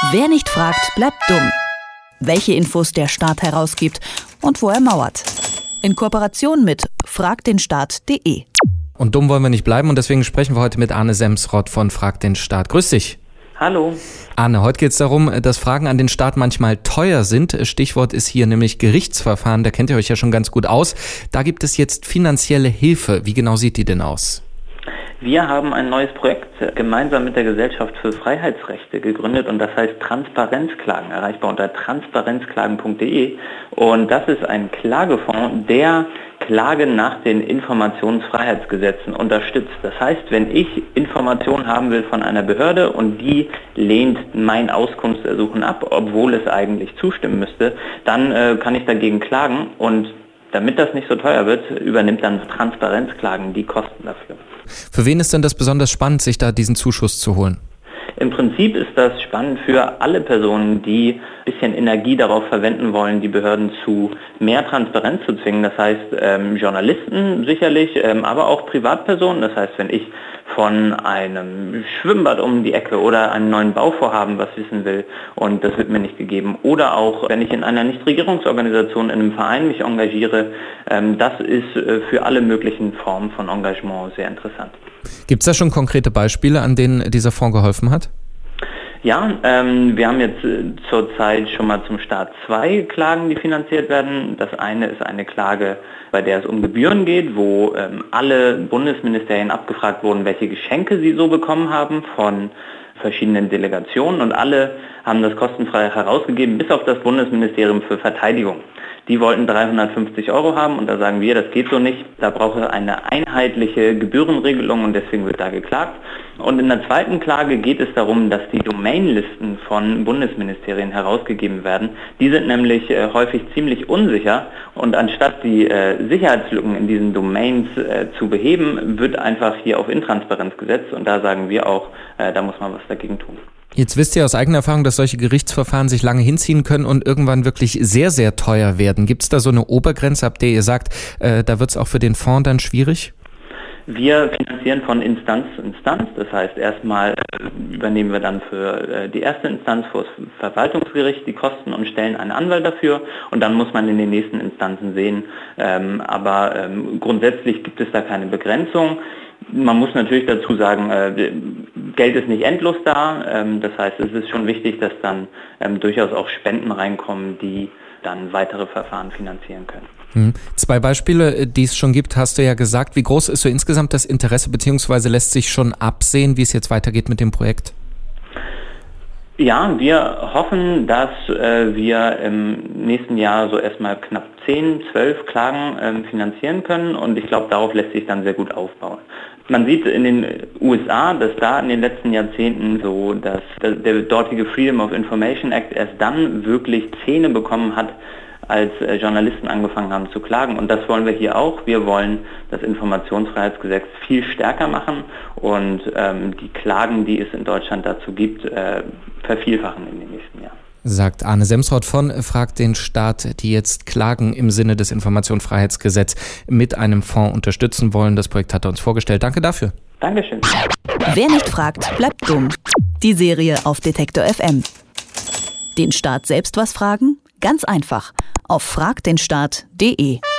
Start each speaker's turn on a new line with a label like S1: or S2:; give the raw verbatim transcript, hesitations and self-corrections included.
S1: Wer nicht fragt, bleibt dumm. Welche Infos der Staat herausgibt und wo er mauert. In Kooperation mit frag den staat punkt de.
S2: Und dumm wollen wir nicht bleiben und deswegen sprechen wir heute mit Arne Semsrott von Frag den Staat. Grüß dich.
S3: Hallo.
S2: Arne, heute geht es darum, dass Fragen an den Staat manchmal teuer sind. Stichwort ist hier nämlich Gerichtsverfahren, da kennt ihr euch ja schon ganz gut aus. Da gibt es jetzt finanzielle Hilfe. Wie genau sieht die denn aus?
S3: Wir haben ein neues Projekt gemeinsam mit der Gesellschaft für Freiheitsrechte gegründet und das heißt Transparenzklagen, erreichbar unter transparenzklagen punkt de. Und das ist ein Klagefonds, der Klagen nach den Informationsfreiheitsgesetzen unterstützt. Das heißt, wenn ich Informationen haben will von einer Behörde und die lehnt mein Auskunftsersuchen ab, obwohl es eigentlich zustimmen müsste, dann äh, kann ich dagegen klagen und damit das nicht so teuer wird, übernimmt dann Transparenzklagen die Kosten dafür.
S2: Für wen ist denn das besonders spannend, sich da diesen Zuschuss zu holen?
S3: Im Prinzip ist das spannend für alle Personen, die ein bisschen Energie darauf verwenden wollen, die Behörden zu mehr Transparenz zu zwingen. Das heißt ähm, Journalisten sicherlich, ähm, aber auch Privatpersonen. Das heißt, wenn ich von einem Schwimmbad um die Ecke oder einem neuen Bauvorhaben was wissen will und das wird mir nicht gegeben. Oder auch, wenn ich in einer Nichtregierungsorganisation, in einem Verein mich engagiere, ähm, das ist äh, für alle möglichen Formen von Engagement sehr interessant.
S2: Gibt es da schon konkrete Beispiele, an denen dieser Fonds geholfen hat?
S3: Ja, ähm, wir haben jetzt äh, zurzeit schon mal zum Start zwei Klagen, die finanziert werden. Das eine ist eine Klage, bei der es um Gebühren geht, wo ähm, alle Bundesministerien abgefragt wurden, welche Geschenke sie so bekommen haben von verschiedenen Delegationen und alle haben das kostenfrei herausgegeben, bis auf das Bundesministerium für Verteidigung. Die wollten dreihundertfünfzig Euro haben und da sagen wir, das geht so nicht. Da braucht es eine einheitliche Gebührenregelung und deswegen wird da geklagt. Und in der zweiten Klage geht es darum, dass die Domainlisten von Bundesministerien herausgegeben werden. Die sind nämlich äh, häufig ziemlich unsicher und anstatt die äh, Sicherheitslücken in diesen Domains äh, zu beheben, wird einfach hier auf Intransparenz gesetzt und da sagen wir auch, äh, da muss man was dagegen tun.
S2: Jetzt wisst ihr aus eigener Erfahrung, dass solche Gerichtsverfahren sich lange hinziehen können und irgendwann wirklich sehr, sehr teuer werden. Gibt es da so eine Obergrenze, ab der ihr sagt, äh, da wird es auch für den Fonds dann schwierig?
S3: Wir finanzieren von Instanz zu Instanz. Das heißt, erstmal äh, übernehmen wir dann für äh, die erste Instanz, vor das Verwaltungsgericht, die Kosten und stellen einen Anwalt dafür. Und dann muss man in den nächsten Instanzen sehen. Ähm, aber ähm, grundsätzlich gibt es da keine Begrenzung. Man muss natürlich dazu sagen, äh, Geld ist nicht endlos da. Ähm, das heißt, es ist schon wichtig, dass dann ähm, durchaus auch Spenden reinkommen, die dann weitere Verfahren finanzieren können.
S2: Hm. Zwei Beispiele, die es schon gibt, hast du ja gesagt. Wie groß ist so insgesamt das Interesse, beziehungsweise lässt sich schon absehen, wie es jetzt weitergeht mit dem Projekt?
S3: Ja, wir hoffen, dass äh, wir im nächsten Jahr so erstmal knapp zehn, zwölf Klagen ähm, finanzieren können und ich glaube, darauf lässt sich dann sehr gut aufbauen. Man sieht in den U S A, dass da in den letzten Jahrzehnten so, dass der dortige Freedom of Information Act erst dann wirklich Zähne bekommen hat, als Journalisten angefangen haben zu klagen. Und das wollen wir hier auch. Wir wollen das Informationsfreiheitsgesetz viel stärker machen und ähm, die Klagen, die es in Deutschland dazu gibt, äh, vervielfachen in den nächsten Jahren.
S2: Sagt Arne Semsrott von Frag den Staat, die jetzt Klagen im Sinne des Informationsfreiheitsgesetzes mit einem Fonds unterstützen wollen. Das Projekt hat er uns vorgestellt. Danke dafür.
S3: Dankeschön.
S1: Wer nicht fragt, bleibt dumm. Die Serie auf Detektor F M. Den Staat selbst was fragen? Ganz einfach. Auf frag den staat punkt de.